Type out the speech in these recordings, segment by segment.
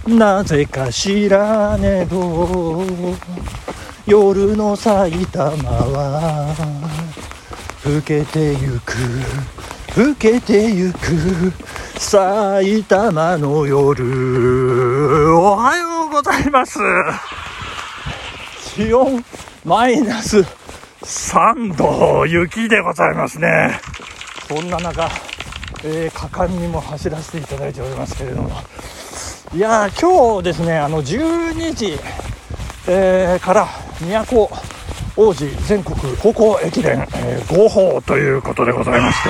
なぜか知らねど夜の埼玉は更けてゆく更けてゆく埼玉の夜。おはようございます。気温マイナス3度、雪でございますね。そんな中、果敢にも走らせていただいておりますけれども、いや今日ですね、12時、から都王子全国高校駅伝、号砲ということでございまして、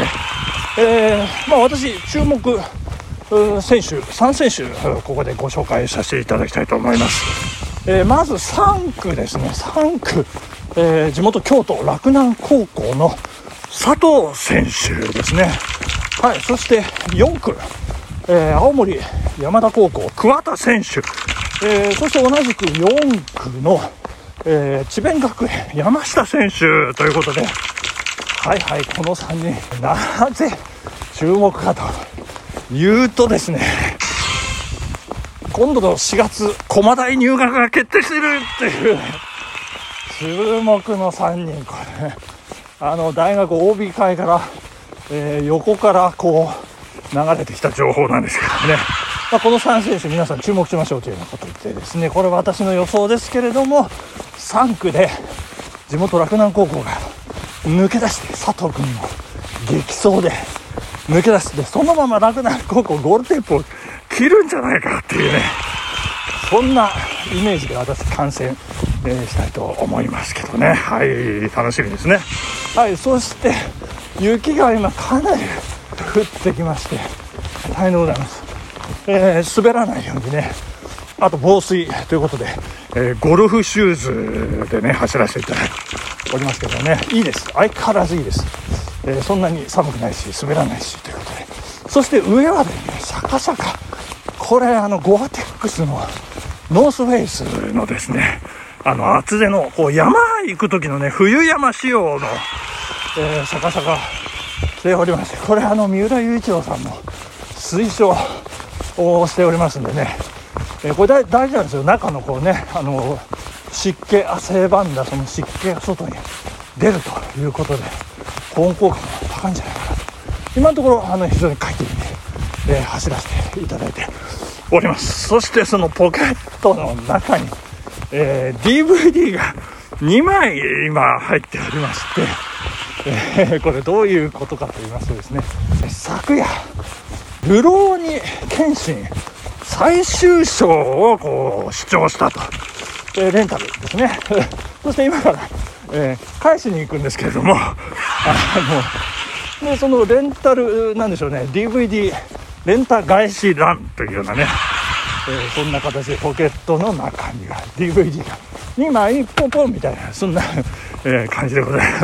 私注目選手3選手ここでご紹介させていただきたいと思います。まず3区ですね。3区、地元京都洛南高校の佐藤選手ですね。はい。そして4区、青森山田高校桑田選手、そして同じく4区の、智弁学園山下選手ということで、はいはい、この3人なぜ注目かというとですね、今度の4月駒大入学が決定しているっていう注目の3人。これね、大学 OB 会から、横からこう流れてきた情報なんですけどね、この3選手皆さん注目しましょうというようなことでですね、これは私の予想ですけれども、3区で地元洛南高校が抜け出して、佐藤君の激走で抜け出して、そのまま洛南高校ゴールテープを切るんじゃないかっていうね、そんなイメージで私観戦、したいと思いますけどね。はい、楽しみですね。はい。そして雪が今かなり降ってきまして大変でございます。滑らないようにね、あと防水ということで、ゴルフシューズでね走らせていただいておりますけどね、いいです。相変わらずいいです。そんなに寒くないし滑らないしということで、そして上はですね、シャカシャカ、これゴアテックスのノースフェイスのですね、厚手のこう山行く時のね、冬山仕様の、シャカシャカ着ておりまして、これ三浦雄一郎さんの推奨をしておりますんでね、これ大事なんですよ。中のこうね、湿気、汗ばんだその湿気が外に出るということで保温効果も高いんじゃないかなと、今のところ非常に快適に、走らせていただいております。そしてそのポケットの中に、DVD が2枚今入っておりまして、これどういうことかと言いますとですね、昨夜ルローニケンシン最終章をこう視聴したと、レンタルですねそして今から、返しに行くんですけれども、でそのレンタルなんでしょうね、 DVD レンタ返しランというようなね、そんな形でポケットの中には DVD が2枚ポンポンみたいな、そんな、感じでございます。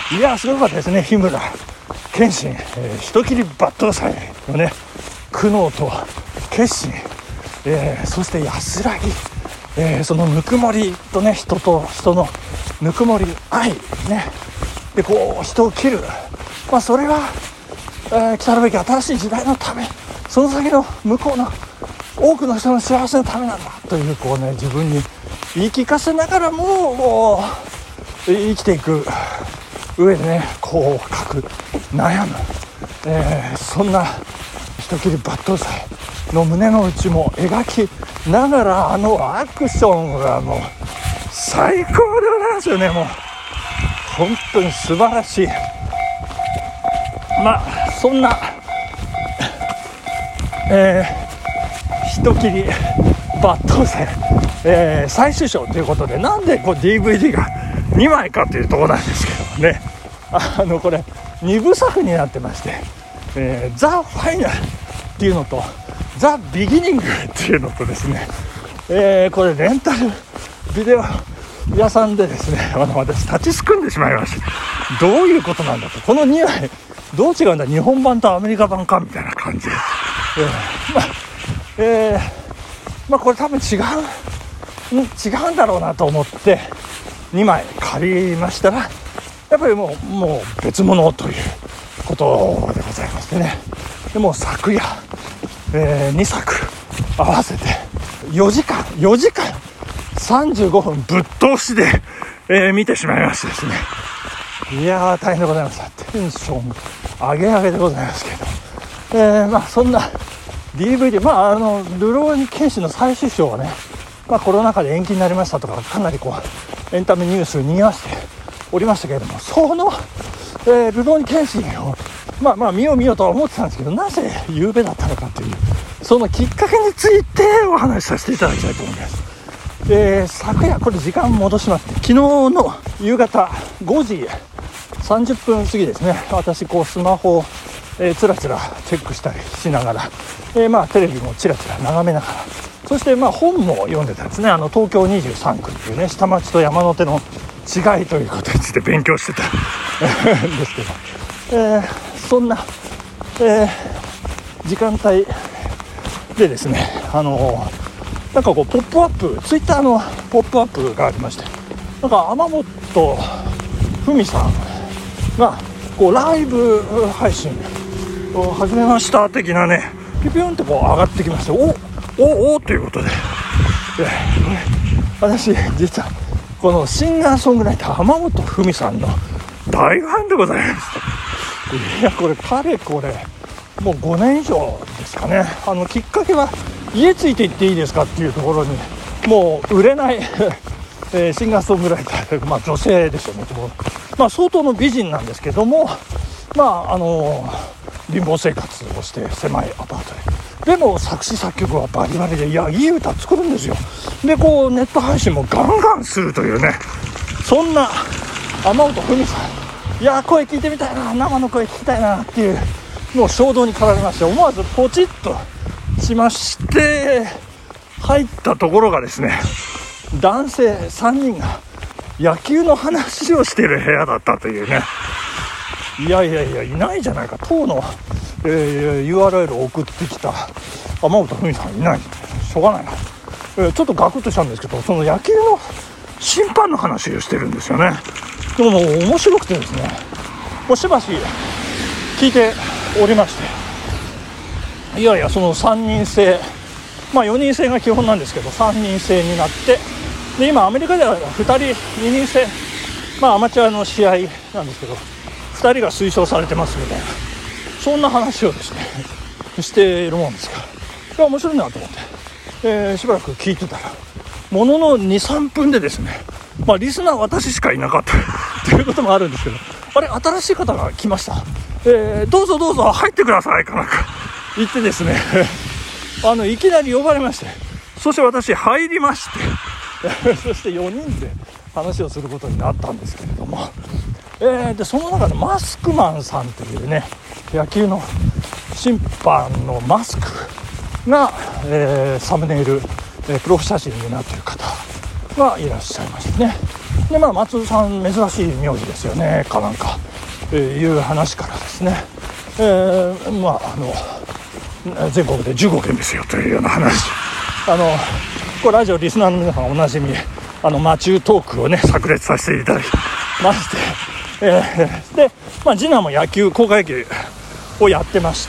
いやすごかったですね。日村謙信、人切り抜刀斎のね苦悩と決心、そして安らぎ、そのぬくもりとね、人と人のぬくもり愛ね、でこう人を切る、それは、来たるべき新しい時代のため、その先の向こうの多くの人の幸せのためなんだというこうね、自分に言い聞かせながらも生きていく上でね、こう書く悩む、そんな人切り抜刀斎の胸の内も描きながら、アクションがもう最高でございますよね。もう本当に素晴らしい。そんな、人切り抜刀斎、最終章ということで、なんでこう DVD が2枚かというところなんですけどね、これ2部作になってまして、ザ・ファイナルっていうのとザ・ビギニングっていうのとですね、これレンタルビデオ屋さんでですね、私立ちすくんでしまいまして、どういうことなんだと、この2枚どう違うんだ、日本版とアメリカ版かみたいな感じで、これ多分違うんだろうなと思って2枚借りましたら、やっぱりもう別物ということでございましてね。でもう昨夜、2作合わせて4時間35分ぶっ通しで、見てしまいましてですね、いやー大変でございました。テンション上げ上げでございますけど、そんな DVD、ルローニケンシンの最終章はね、コロナ禍で延期になりましたとか、かなりエンタメニュースにぎわしておりましたけれども、その、ルローニケンシンを見ようとは思ってたんですけど、なぜ夕べだったのかというそのきっかけについてお話しさせていただきたいと思います。昨夜、これ時間戻しますね、昨日の夕方5時30分過ぎですね、私スマホを、つらつらチェックしたりしながら、テレビもちらちら眺めながら、そして本も読んでたんですね。東京23区っていうね、下町と山手の違いということについて勉強してたんですけど、そんな、時間帯でですね、ポップアップ、ツイッターのポップアップがありまして、天本文さんがライブ配信を始めました的なね、ピピュンって上がってきまして、おということで、私実はこのシンガーソングライター天本文さんの大ファンでございます。いや、これもう5年以上ですかね。きっかけは家ついて行っていいですかっていうところに、もう売れないシンガーソングライター、女性ですよね。相当の美人なんですけども、貧乏生活をして狭いアパートでも作詞作曲はバリバリで、いい歌作るんですよ。でネット配信もガンガンするというね、そんな天本文さん、いや声聞いてみたいな、生の声聞きたいなっていうのを衝動に駆られまして、思わずポチッとしまして、入ったところがですね、男性3人が野球の話をしている部屋だったというね、いないじゃないか、当の、URL を送ってきた天本文さんいない、しょうがないな、ちょっとガクッとしたんですけど、その野球の審判の話をしてるんですよね。でも面白くてですね、しばし聞いておりまして、その3人制、4人制が基本なんですけど、3人制になって、で今アメリカでは2人制、アマチュアの試合なんですけど、2人が推奨されてますみたいな、そんな話をですねしているもんですから、面白いなと思って、しばらく聞いてたら、ものの 2,3 分でですね、リスナー私しかいなかったということもあるんですけど、新しい方が来ました、どうぞ入ってくださいかなんか言ってですねいきなり呼ばれまして、そして私入りましてそして4人で話をすることになったんですけれども、でその中でマスクマンさんというね、野球の審判のマスクが、サムネイル、プロフ写真になっている方がいらっしゃいましてね。で松尾さん珍しい名字ですよねかなんか、いう話からですね、全国で15件ですよというような話、これラジオリスナーの皆さんおなじみマチュートークをね炸裂させていただきまして、で、次男も高校野球をやってまして、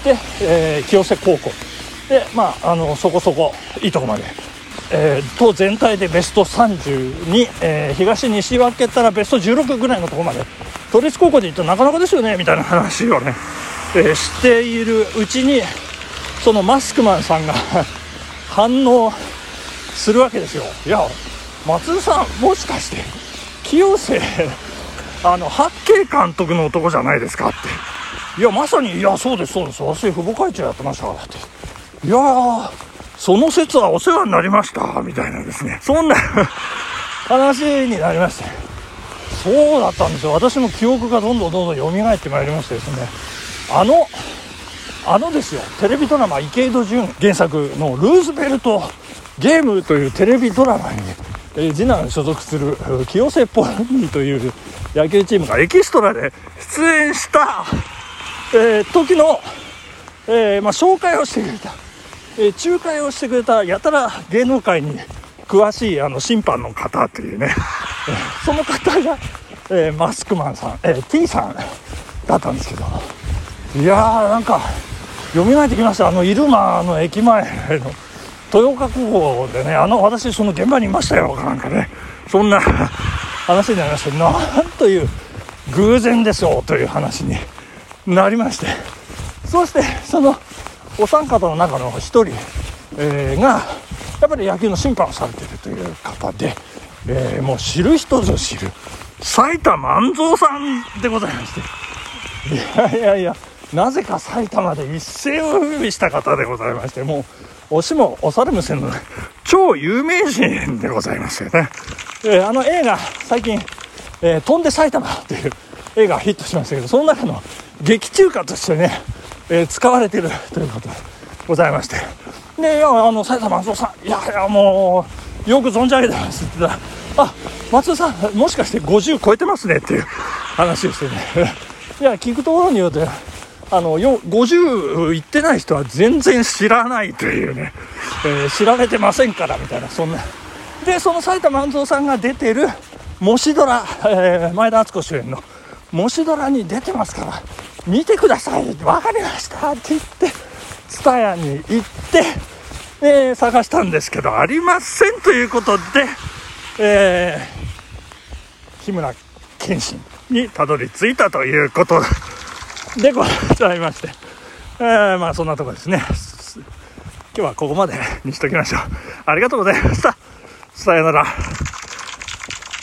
清瀬高校で、そこそこいいとこまで、党全体でベスト30に、東西分けたらベスト16ぐらいのところまで、都立高校で言うとなかなかですよねみたいな話をね、しているうちに、そのマスクマンさんが反応するわけですよ。いや松井さん、もしかして清瀬八景監督の男じゃないですかって。いやまさに、いやそうです私父母会長やってましたからって。いやその説はお世話になりましたみたいなですね、そんな話になりまして、そうだったんですよ。私も記憶がどんどん蘇ってまいりましてですね、ですよ、テレビドラマ池井戸潤原作のルーズベルトゲームというテレビドラマに、次男所属する清瀬ポニーという野球チームがエキストラで出演した、時の、紹介をしてくれた、仲介をしてくれたやたら芸能界に詳しい審判の方というね、その方が、マスクマンさん、T さんだったんですけど、いやなんか蘇ってきました。入間の駅前の豊岡高校でね、私その現場にいましたよなんかね、そんな話になりまして、なんという偶然でしょうという話になりまして、そしてそのお三方の中の一人、がやっぱり野球の審判をされているという方で、もう知る人ぞ知る埼玉万蔵さんでございまして、いやなぜか埼玉で一世を風靡した方でございまして、もう押しも押されもせぬ超有名人でございますよね。映画最近、飛んで埼玉という映画がヒットしましたけど、その中の劇中歌としてね、使われているということでございまして、で埼玉松尾さん、いやもうよく存じ上げてますって言ったら、松尾さんもしかして50超えてますねっていう話をしてねいや聞くところによって50いってない人は全然知らないというね、知られてませんからみたいな、そんなで、その埼玉万蔵さんが出てるもしドラ、前田敦子主演のもしドラに出てますから見てください、分かりましたって言ってTSUTAYAに行って、探したんですけどありませんということで、日村謙信にたどり着いたということでございまして、そんなところですね。今日はここまでにしときましょう。ありがとうございました。さよなら。